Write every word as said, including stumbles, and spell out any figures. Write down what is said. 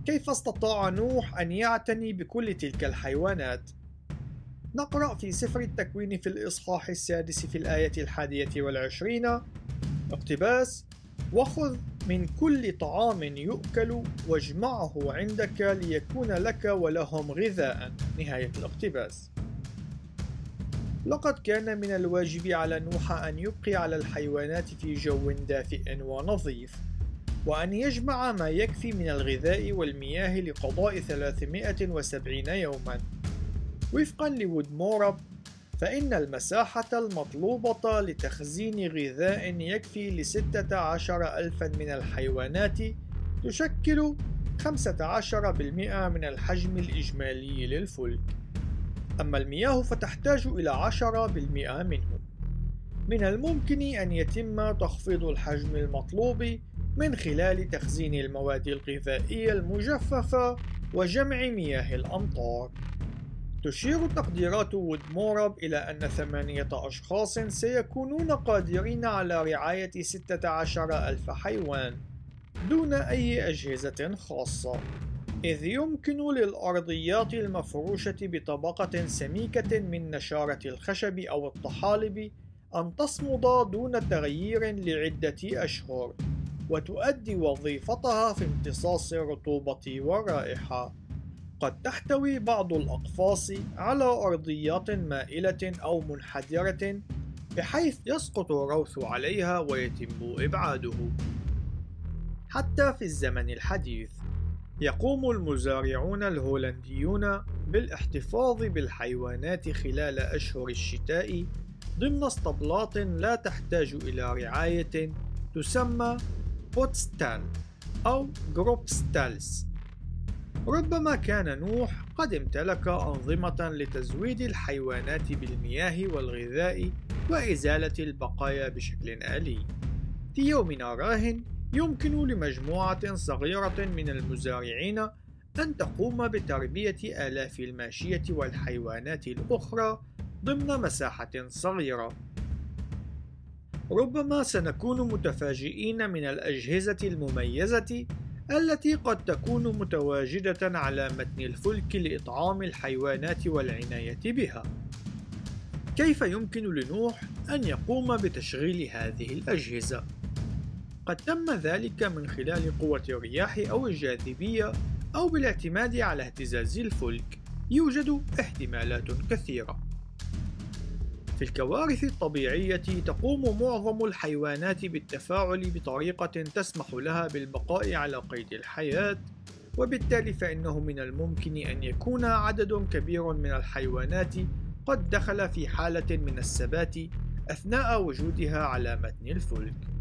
كيف استطاع نوح أن يعتني بكل تلك الحيوانات؟ نقرأ في سفر التكوين في الإصحاح السادس في الآية الحادية والعشرين: اقتباس: وخذ من كل طعام يؤكل واجمعه عندك ليكون لك ولهم غذاء. نهاية الاقتباس. لقد كان من الواجب على نوح أن يبقي على الحيوانات في جو دافئ ونظيف، وأن يجمع ما يكفي من الغذاء والمياه لقضاء ثلاثمائة وسبعين يوما. وفقا لوودموراب، فإن المساحة المطلوبة لتخزين غذاء يكفي لستة عشر ألفا من الحيوانات تشكل خمسة عشر بالمئة من الحجم الإجمالي للفلك، أما المياه فتحتاج إلى عشرة بالمئة منه. من الممكن أن يتم تخفيض الحجم المطلوب من خلال تخزين المواد الغذائية المجففة وجمع مياه الأمطار. تشير تقديرات وودموراب إلى أن ثمانية أشخاص سيكونون قادرين على رعاية ستة عشر ألف حيوان دون أي أجهزة خاصة، إذ يمكن للأرضيات المفروشة بطبقة سميكة من نشارة الخشب أو الطحالب أن تصمد دون تغيير لعدة أشهر، وتؤدي وظيفتها في امتصاص الرطوبة والرائحة. قد تحتوي بعض الأقفاص على أرضيات مائلة أو منحدرة بحيث يسقط الروث عليها ويتم إبعاده. حتى في الزمن الحديث، يقوم المزارعون الهولنديون بالاحتفاظ بالحيوانات خلال أشهر الشتاء ضمن اسطبلات لا تحتاج إلى رعاية تسمى بوتستال أو جروبستالز. ربما كان نوح قد امتلك أنظمة لتزويد الحيوانات بالمياه والغذاء وإزالة البقايا بشكل آلي. في يومنا راهن يمكن لمجموعة صغيرة من المزارعين أن تقوم بتربية آلاف الماشية والحيوانات الأخرى ضمن مساحة صغيرة. ربما سنكون متفاجئين من الأجهزة المميزة التي قد تكون متواجدة على متن الفلك لإطعام الحيوانات والعناية بها. كيف يمكن لنوح أن يقوم بتشغيل هذه الأجهزة؟ قد تم ذلك من خلال قوة الرياح أو الجاذبية أو بالاعتماد على اهتزاز الفلك. يوجد احتمالات كثيرة. في الكوارث الطبيعية تقوم معظم الحيوانات بالتفاعل بطريقة تسمح لها بالبقاء على قيد الحياة، وبالتالي فإنه من الممكن أن يكون عدد كبير من الحيوانات قد دخل في حالة من الثبات أثناء وجودها على متن الفلك.